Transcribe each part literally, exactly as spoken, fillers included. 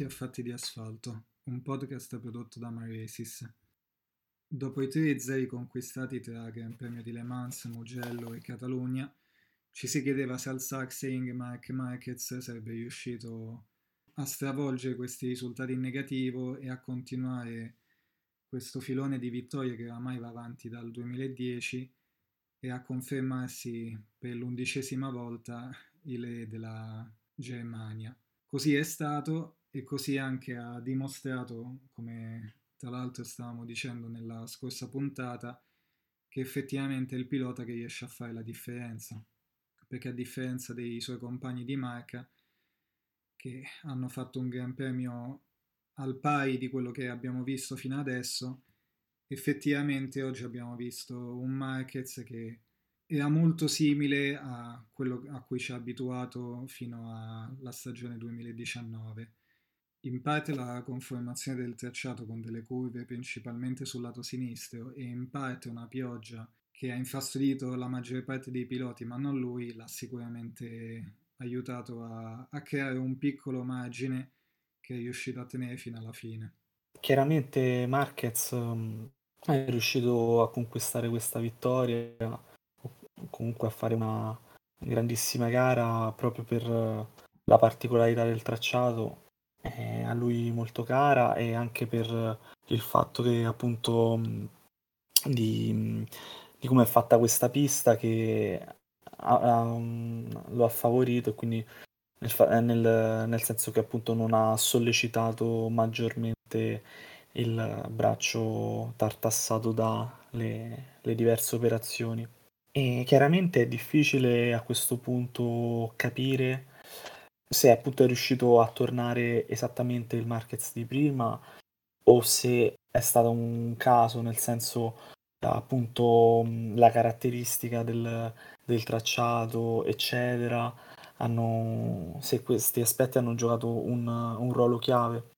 a Fatti di asfalto, un podcast prodotto da Maresis. Dopo i tre zeri conquistati tra Gran Premio di Le Mans, Mugello e Catalogna, ci si chiedeva se al Sachsenring Marc Marquez sarebbe riuscito a stravolgere questi risultati in negativo e a continuare questo filone di vittorie che oramai va avanti dal duemiladieci e a confermarsi per l'undicesima volta il re della Germania. Così è stato e così anche ha dimostrato, come tra l'altro stavamo dicendo nella scorsa puntata, che effettivamente è il pilota che riesce a fare la differenza, perché a differenza dei suoi compagni di marca che hanno fatto un Gran Premio al pari di quello che abbiamo visto fino adesso, effettivamente oggi abbiamo visto un Marquez che era molto simile a quello a cui ci ha abituato fino alla stagione duemiladiciannove. In parte la conformazione del tracciato con delle curve principalmente sul lato sinistro e in parte una pioggia che ha infastidito la maggior parte dei piloti, ma non lui, l'ha sicuramente aiutato a, a creare un piccolo margine che è riuscito a tenere fino alla fine. Chiaramente Marquez um, è riuscito a conquistare questa vittoria, o comunque a fare una grandissima gara proprio per uh, la particolarità del tracciato, è a lui molto cara, e anche per uh, il fatto che appunto um, di, um, di come è fatta questa pista che ha- ha, um, lo ha favorito, e quindi nel, fa- nel- nel senso che appunto non ha sollecitato maggiormente il braccio tartassato dalle le diverse operazioni. E chiaramente è difficile a questo punto capire se appunto è riuscito a tornare esattamente il Marquez di prima, o se è stato un caso, nel senso appunto mh, la caratteristica del, del tracciato, eccetera, hanno, se questi aspetti hanno giocato un, un ruolo chiave.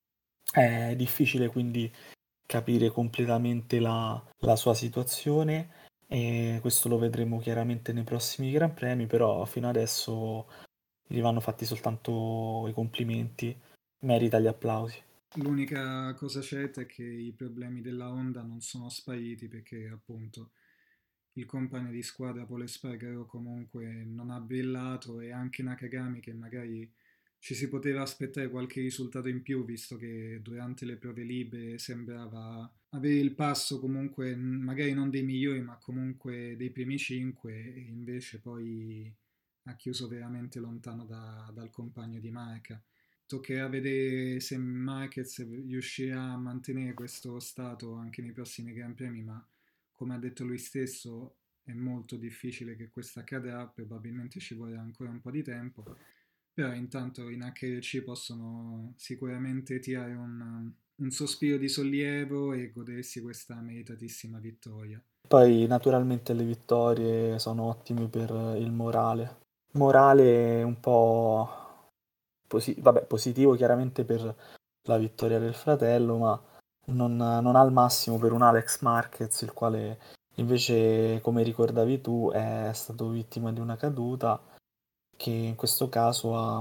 È difficile quindi capire completamente la, la sua situazione, e questo lo vedremo chiaramente nei prossimi Gran Premi, però fino adesso gli vanno fatti soltanto i complimenti, merita gli applausi. L'unica cosa certa è che i problemi della Honda non sono spariti perché appunto il compagno di squadra Paul Espargaro comunque non ha brillato e anche Nakagami che magari ci si poteva aspettare qualche risultato in più visto che durante le prove libere sembrava avere il passo comunque magari non dei migliori ma comunque dei primi cinque e invece poi ha chiuso veramente lontano da- dal compagno di marca. Toccherà vedere se Marquez riuscirà a mantenere questo stato anche nei prossimi Gran Premi, ma come ha detto lui stesso è molto difficile che questo accadrà, probabilmente ci vorrà ancora un po' di tempo, però intanto in H R C possono sicuramente tirare un, un sospiro di sollievo e godersi questa meritatissima vittoria. Poi naturalmente le vittorie sono ottime per il morale. Morale un po' posi- vabbè, positivo chiaramente per la vittoria del fratello, ma non, non al massimo per un Alex Marquez, il quale invece, come ricordavi tu, è stato vittima di una caduta che in questo caso ha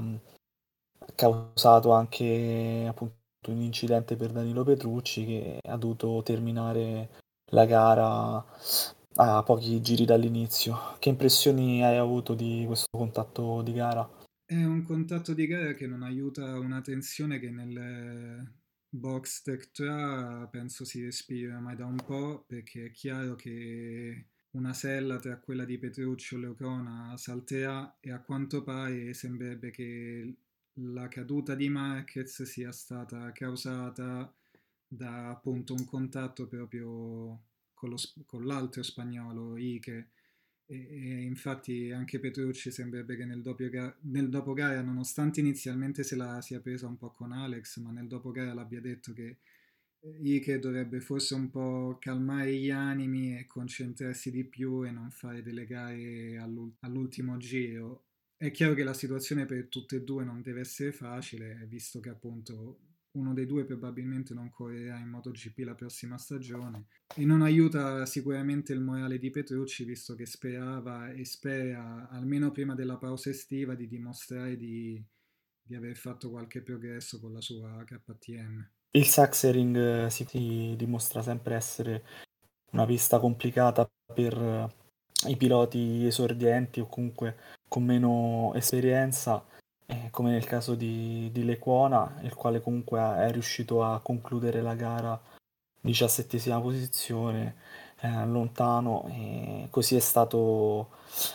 causato anche appunto un incidente per Danilo Petrucci, che ha dovuto terminare la gara a pochi giri dall'inizio. Che impressioni hai avuto di questo contatto di gara? È un contatto di gara che non aiuta una tensione che nel box tech tre penso si respiri ormai da un po', perché è chiaro che una sella tra quella di Petruccio e Leocona salterà e a quanto pare sembrerebbe che la caduta di Marquez sia stata causata da appunto un contatto proprio con, lo, con l'altro spagnolo, Ike, e, e infatti anche Petrucci sembrerebbe che nel, doppio, nel dopogara, nonostante inizialmente se la sia presa un po' con Alex, ma nel dopogara l'abbia detto che Ike dovrebbe forse un po' calmare gli animi e concentrarsi di più e non fare delle gare all'ultimo giro. È chiaro che la situazione per tutte e due non deve essere facile, visto che appunto uno dei due probabilmente non correrà in MotoGP la prossima stagione e non aiuta sicuramente il morale di Petrucci, visto che sperava e spera, almeno prima della pausa estiva, di dimostrare di, di di aver fatto qualche progresso con la sua K T M. Il Sachsenring eh, si, si dimostra sempre essere una pista complicata per eh, i piloti esordienti o comunque con meno esperienza, eh, come nel caso di, di Lecuona, il quale comunque è riuscito a concludere la gara diciassettesima posizione, eh, lontano, e così è stato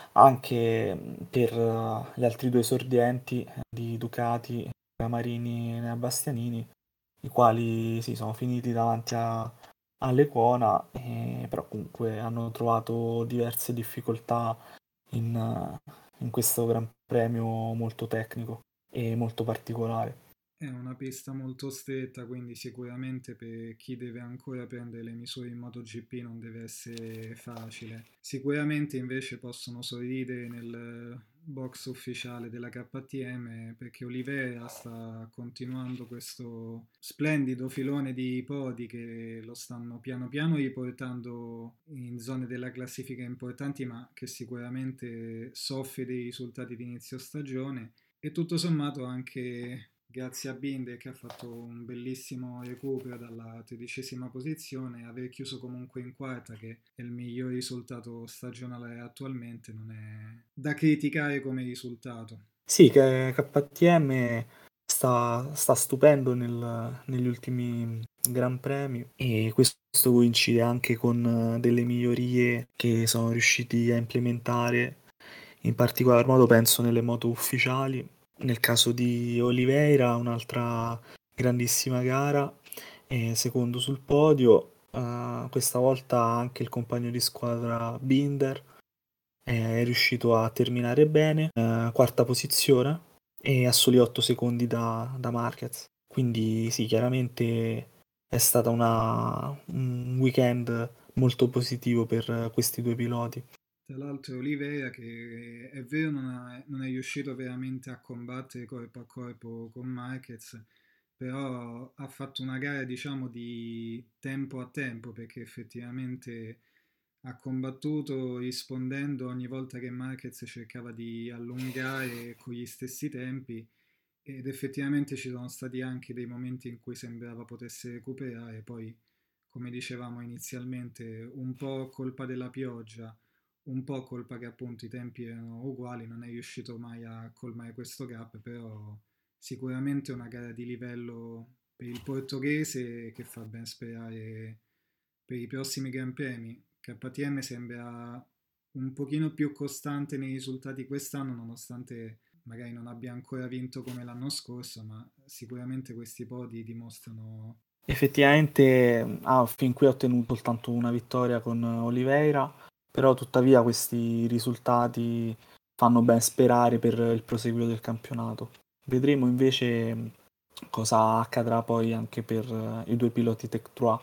anche per eh, gli altri due esordienti eh, di Ducati, Marini e Bastianini, i quali si sono finiti davanti a, all'Equona, eh, però comunque hanno trovato diverse difficoltà in, eh, in questo Gran Premio molto tecnico e molto particolare. È una pista molto stretta, quindi sicuramente per chi deve ancora prendere le misure in MotoGP non deve essere facile. Sicuramente invece possono sorridere nel box ufficiale della K T M perché Oliveira sta continuando questo splendido filone di podi che lo stanno piano piano riportando in zone della classifica importanti, ma che sicuramente soffre dei risultati di inizio stagione. E tutto sommato anche grazie a Binder che ha fatto un bellissimo recupero dalla tredicesima posizione, aver chiuso comunque in quarta, che è il miglior risultato stagionale attualmente, non è da criticare come risultato. Sì, che K T M sta, sta stupendo nel- negli ultimi Gran Premi e questo coincide anche con eh, delle migliorie che sono riusciti a implementare, in particolar modo penso nelle moto ufficiali. Nel caso di Oliveira, un'altra grandissima gara, e secondo sul podio, eh, questa volta anche il compagno di squadra Binder è riuscito a terminare bene, eh, quarta posizione e a soli otto secondi da, da Marquez. Quindi sì, chiaramente è stato un weekend molto positivo per questi due piloti. Tra l'altro Oliveira che è vero non è, non è riuscito veramente a combattere corpo a corpo con Marquez, però ha fatto una gara diciamo di tempo a tempo perché effettivamente ha combattuto rispondendo ogni volta che Marquez cercava di allungare con gli stessi tempi ed effettivamente ci sono stati anche dei momenti in cui sembrava potesse recuperare, poi come dicevamo inizialmente un po' colpa della pioggia, un po' colpa che appunto i tempi erano uguali, non è riuscito mai a colmare questo gap, però sicuramente una gara di livello per il portoghese che fa ben sperare per i prossimi Gran Premi. K T M sembra un pochino più costante nei risultati quest'anno, nonostante magari non abbia ancora vinto come l'anno scorso, ma sicuramente questi podi dimostrano. Effettivamente ah, fin qui ha ottenuto soltanto una vittoria con Oliveira, però tuttavia questi risultati fanno ben sperare per il proseguio del campionato. Vedremo invece cosa accadrà poi anche per eh, i due piloti Tech Trois.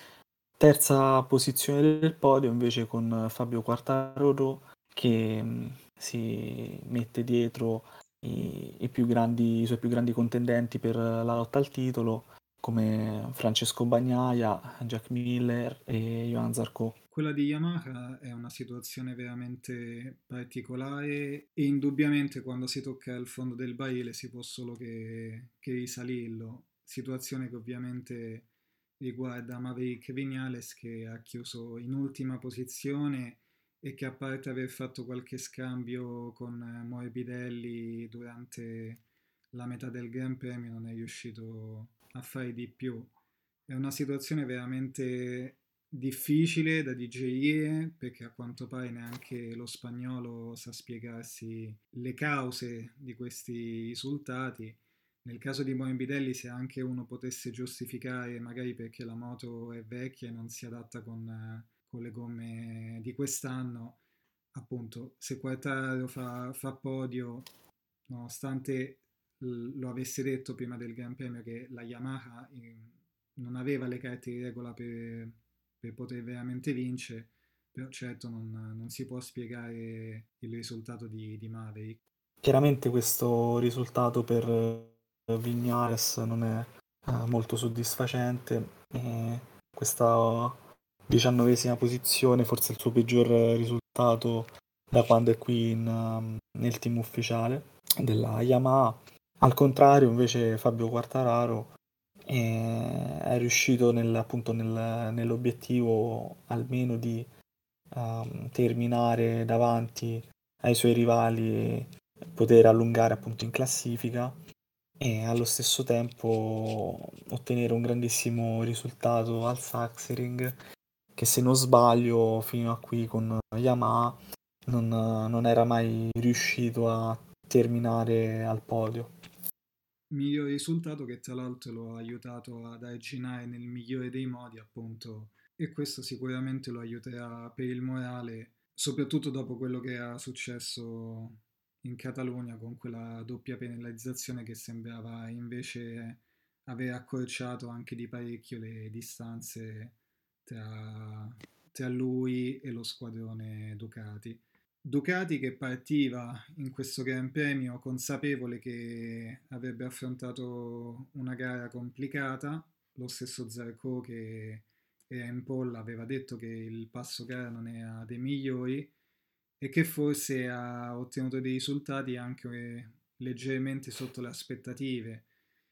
Terza posizione del podio invece con Fabio Quartararo che mh, si mette dietro i, i più grandi, i suoi più grandi contendenti per la lotta al titolo come Francesco Bagnaia, Jack Miller e Johan Zarco. Quella di Yamaha è una situazione veramente particolare e indubbiamente quando si tocca il fondo del barile si può solo che, che risalirlo. Situazione che ovviamente riguarda Maverick Viñales che ha chiuso in ultima posizione e che a parte aver fatto qualche scambio con Morbidelli durante la metà del Gran Premio non è riuscito a fare di più. È una situazione veramente difficile da digerire perché a quanto pare neanche lo spagnolo sa spiegarsi le cause di questi risultati. Nel caso di Morbidelli, se anche uno potesse giustificare, magari perché la moto è vecchia e non si adatta con, eh, con le gomme di quest'anno, appunto, se Quartararo fa, fa podio, nonostante l- lo avesse detto prima del Gran Premio che la Yamaha eh, non aveva le carte di regola per, per poter veramente vincere, però certo non, non si può spiegare il risultato di, di Maverick. Chiaramente questo risultato per eh, Viñales non è eh, molto soddisfacente e questa diciannovesima posizione forse è il suo peggior risultato da quando è qui in, um, nel team ufficiale della Yamaha, Al contrario, invece, Fabio Quartararo eh, è riuscito nel- appunto nel- nell'obiettivo almeno di ehm, terminare davanti ai suoi rivali e poter allungare appunto in classifica e allo stesso tempo ottenere un grandissimo risultato al Sachsenring, che se non sbaglio fino a qui con Yamaha non, non era mai riuscito a terminare al podio. Miglior risultato che tra l'altro lo ha aiutato ad arginare nel migliore dei modi, appunto, e questo sicuramente lo aiuterà per il morale, soprattutto dopo quello che era successo in Catalogna con quella doppia penalizzazione che sembrava invece aver accorciato anche di parecchio le distanze tra, tra lui e lo squadrone Ducati. Ducati che partiva in questo Gran Premio consapevole che avrebbe affrontato una gara complicata, lo stesso Zarco che era in polla aveva detto che il passo gara non era dei migliori e che forse ha ottenuto dei risultati anche leggermente sotto le aspettative.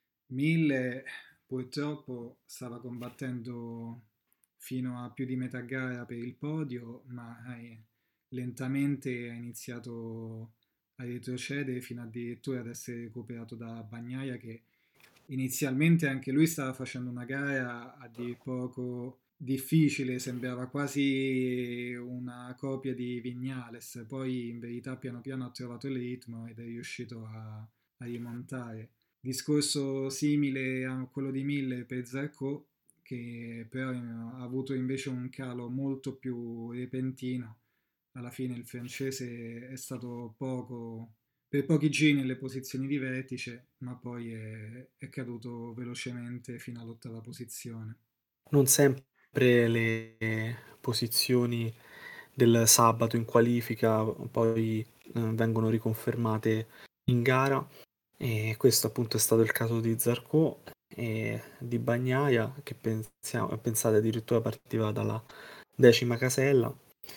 Mille purtroppo stava combattendo fino a più di metà gara per il podio, ma eh, lentamente ha iniziato a retrocedere fino addirittura ad essere recuperato da Bagnaia che inizialmente anche lui stava facendo una gara a dir poco difficile, sembrava quasi una copia di Vignales, poi in verità piano piano ha trovato il ritmo ed è riuscito a, a rimontare. Discorso simile a quello di Mille per Zarco, che però ha avuto invece un calo molto più repentino. Alla fine il francese è stato poco, per pochi giri nelle posizioni di vertice, ma poi è, è caduto velocemente fino all'ottava posizione. Non sempre le posizioni del sabato in qualifica poi eh, vengono riconfermate in gara e questo appunto è stato il caso di Zarco e di Bagnaia che pensiamo, pensate addirittura partiva dalla decima casella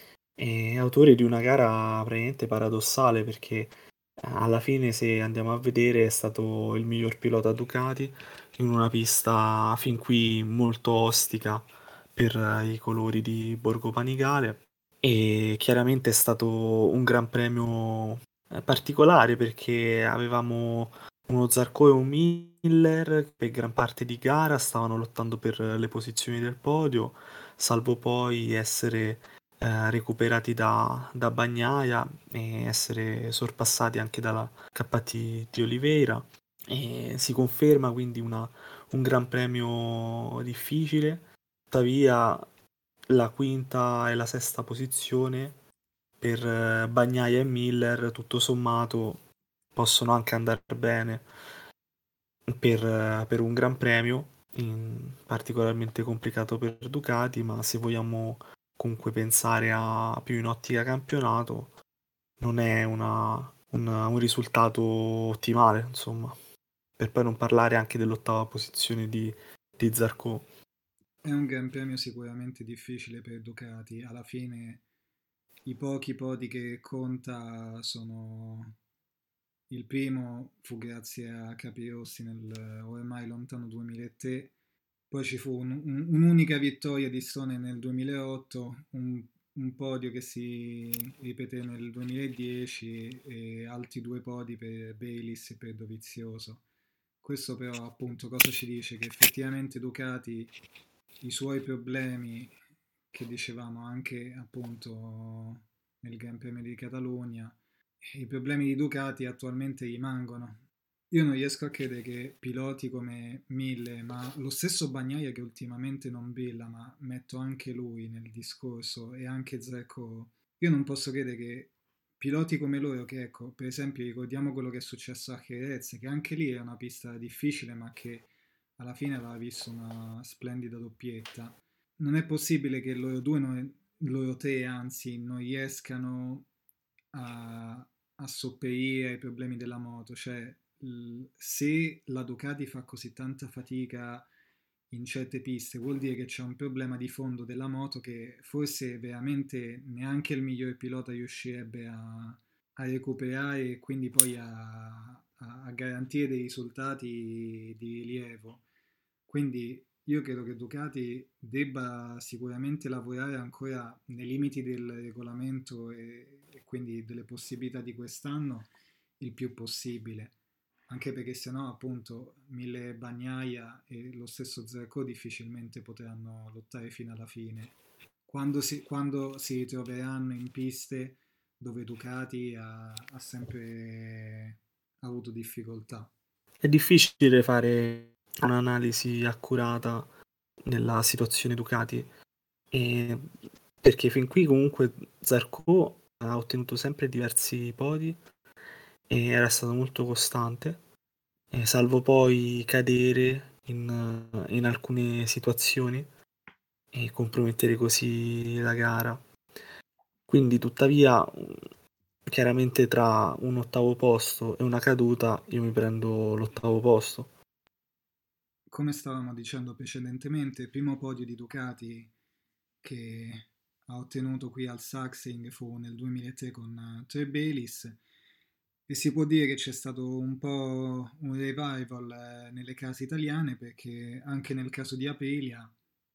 e autori di una gara praticamente paradossale perché alla fine se andiamo a vedere è stato il miglior pilota Ducati in una pista fin qui molto ostica per i colori di Borgo Panigale e chiaramente è stato un gran premio eh, particolare perché avevamo uno Zarco e un Miller che per gran parte di gara stavano lottando per le posizioni del podio, salvo poi essere eh, recuperati da, da Bagnaia e essere sorpassati anche dalla K T di Oliveira. E si conferma quindi una- un gran premio difficile, tuttavia la quinta e la sesta posizione per eh, Bagnaia e Miller tutto sommato possono anche andare bene per, eh, per un gran premio in- particolarmente complicato per Ducati, ma se vogliamo comunque pensare a più in ottica campionato non è una- una- un risultato ottimale, insomma, per poi non parlare anche dell'ottava posizione di, di Zarco. È un Gran Premio sicuramente difficile per Ducati, alla fine i pochi podi che conta sono. Il primo fu grazie a Capirossi nel ormai lontano duemilatré, poi ci fu un- un- un'unica vittoria di Stone nel duemilaotto, un, un podio che si ripeté nel duemiladieci e altri due podi per Bayliss e per Dovizioso. Questo però appunto cosa ci dice? Che effettivamente Ducati i suoi problemi che dicevamo anche appunto nel Gran Premio di Catalogna, i problemi di Ducati attualmente rimangono. Io non riesco a credere che piloti come Mille, ma lo stesso Bagnaia che ultimamente non brilla, ma metto anche lui nel discorso e anche Zarco, io non posso credere che piloti come loro, che ecco, per esempio ricordiamo quello che è successo a Jerez, che anche lì era una pista difficile, ma che alla fine aveva visto una splendida doppietta. Non è possibile che loro due, non, loro tre anzi, non riescano a, a sopperire ai problemi della moto. Cioè, l- se la Ducati fa così tanta fatica in certe piste, vuol dire che c'è un problema di fondo della moto che forse veramente neanche il miglior pilota riuscirebbe a, a recuperare e quindi poi a, a, a garantire dei risultati di rilievo. Quindi io credo che Ducati debba sicuramente lavorare ancora nei limiti del regolamento e, e quindi delle possibilità di quest'anno il più possibile, anche perché sennò appunto Mille Bagnaia e lo stesso Zarco difficilmente potranno lottare fino alla fine. Quando si, quando si ritroveranno in piste dove Ducati ha, ha sempre avuto difficoltà. È difficile fare un'analisi accurata della situazione Ducati, e perché fin qui comunque Zarco ha ottenuto sempre diversi podi e era stato molto costante, eh, salvo poi cadere in, in alcune situazioni e compromettere così la gara. Quindi tuttavia, chiaramente tra un ottavo posto e una caduta io mi prendo l'ottavo posto. Come stavamo dicendo precedentemente, primo podio di Ducati che ha ottenuto qui al Sachsenring fu nel duemilatré con Tre Bayliss, e si può dire che c'è stato un po' un revival nelle case italiane, perché anche nel caso di Aprilia,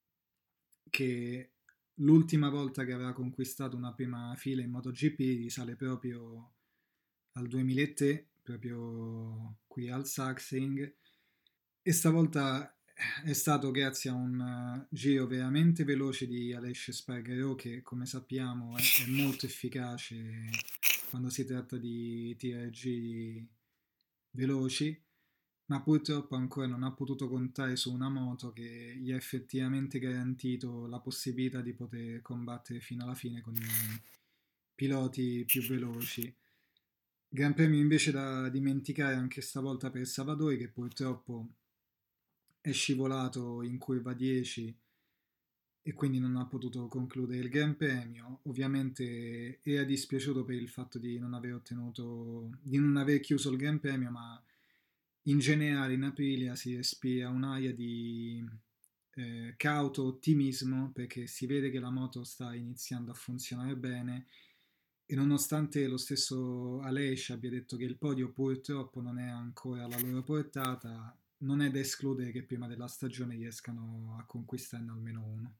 che l'ultima volta che aveva conquistato una prima fila in MotoGP risale proprio al duemilatré, proprio qui al Sachsenring, e stavolta è stato grazie a un uh, giro veramente veloce di Aleix Espargaró, che come sappiamo è, è molto efficace quando si tratta di tirare giri veloci, ma purtroppo ancora non ha potuto contare su una moto che gli ha effettivamente garantito la possibilità di poter combattere fino alla fine con i piloti più veloci. Gran premio invece da dimenticare anche stavolta per Savadori, che purtroppo è scivolato in curva dieci e quindi non ha potuto concludere il Gran Premio. Ovviamente era dispiaciuto per il fatto di non aver ottenuto, di non aver chiuso il Gran Premio, ma in generale in Aprilia si respira un'aria di eh, cauto ottimismo, perché si vede che la moto sta iniziando a funzionare bene, e nonostante lo stesso Aleix abbia detto che il podio purtroppo non è ancora alla loro portata, non è da escludere che prima della stagione riescano a conquistarne almeno uno.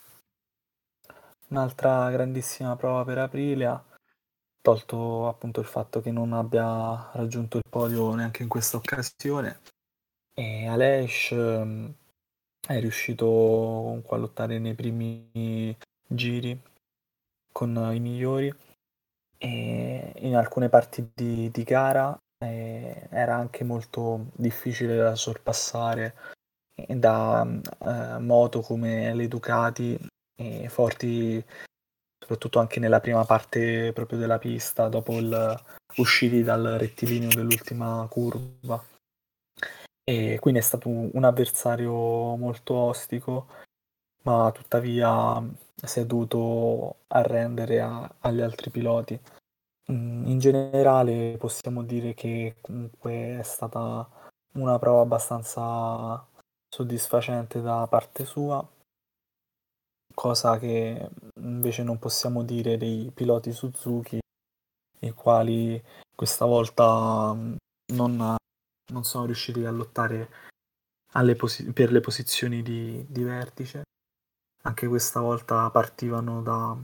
Un'altra grandissima prova per Aprilia, tolto appunto il fatto che non abbia raggiunto il podio neanche in questa occasione, e Aleix ehm, è riuscito comunque a lottare nei primi giri con i migliori, e in alcune parti di, di gara eh, era anche molto difficile da sorpassare eh, da eh, moto come le Ducati, eh, forti soprattutto anche nella prima parte proprio della pista, dopo il usciti dal rettilineo dell'ultima curva. E quindi è stato un avversario molto ostico, ma tuttavia si è dovuto arrendere a, agli altri piloti. In generale possiamo dire che comunque è stata una prova abbastanza soddisfacente da parte sua, cosa che invece non possiamo dire dei piloti Suzuki, i quali questa volta non, non sono riusciti a lottare alle posi- per le posizioni di, di vertice. Anche questa volta partivano da,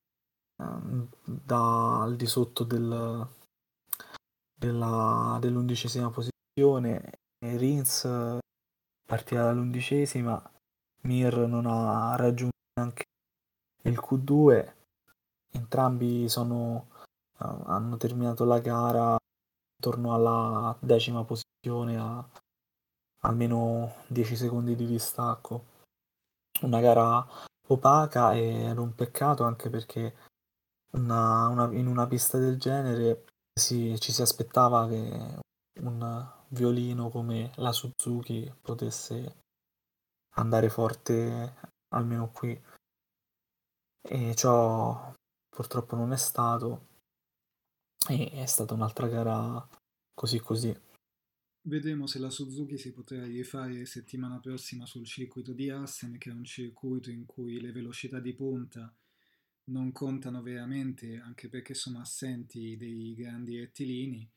da al di sotto del, della, dell'undicesima posizione, e Rins partiva dall'undicesima, Mir non ha raggiunto neanche il Q due, entrambi sono, uh, hanno terminato la gara intorno alla decima posizione, a almeno dieci secondi di distacco. Una gara opaca, ed un peccato anche perché una, una, in una pista del genere si, ci si aspettava che un violino come la Suzuki potesse andare forte almeno qui, e ciò purtroppo non è stato, e è stata un'altra gara così così. Vedremo se la Suzuki si potrà rifare settimana prossima sul circuito di Assen, che è un circuito in cui le velocità di punta non contano veramente, anche perché sono assenti dei grandi rettilini,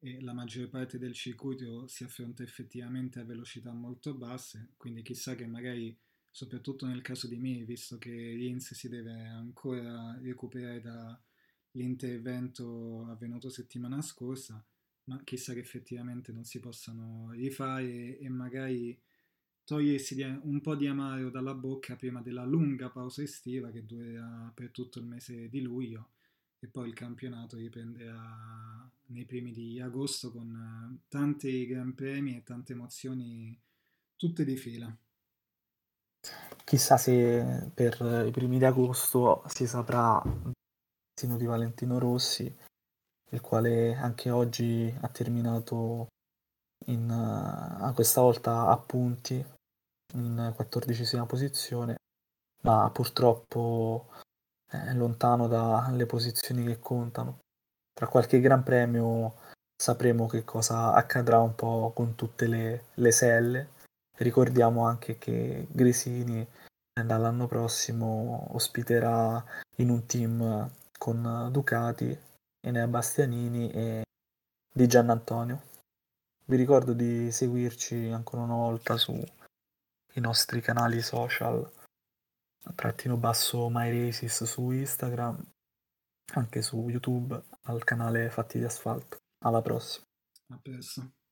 e la maggior parte del circuito si affronta effettivamente a velocità molto basse, quindi chissà che magari, soprattutto nel caso di me, visto che Rins si deve ancora recuperare dall'intervento avvenuto settimana scorsa, ma chissà che effettivamente non si possano rifare e magari togliersi di- un po' di amaro dalla bocca prima della lunga pausa estiva che durerà per tutto il mese di luglio e poi il campionato riprenderà nei primi di agosto con eh, tanti gran premi e tante emozioni tutte di fila. Chissà se per i primi di agosto si saprà il destino di Valentino Rossi, il quale anche oggi ha terminato in, uh, questa volta a punti in quattordicesima posizione, ma purtroppo è lontano dalle posizioni che contano. Tra qualche gran premio sapremo che cosa accadrà un po' con tutte le, le selle. Ricordiamo anche che Gresini eh, dall'anno prossimo ospiterà in un team con Ducati, Enea Bastianini e Di Giannantonio. Vi ricordo di seguirci ancora una volta sui nostri canali social, trattino basso MyRaces su Instagram, anche su YouTube al canale Fatti di Asfalto. Alla prossima. A presto.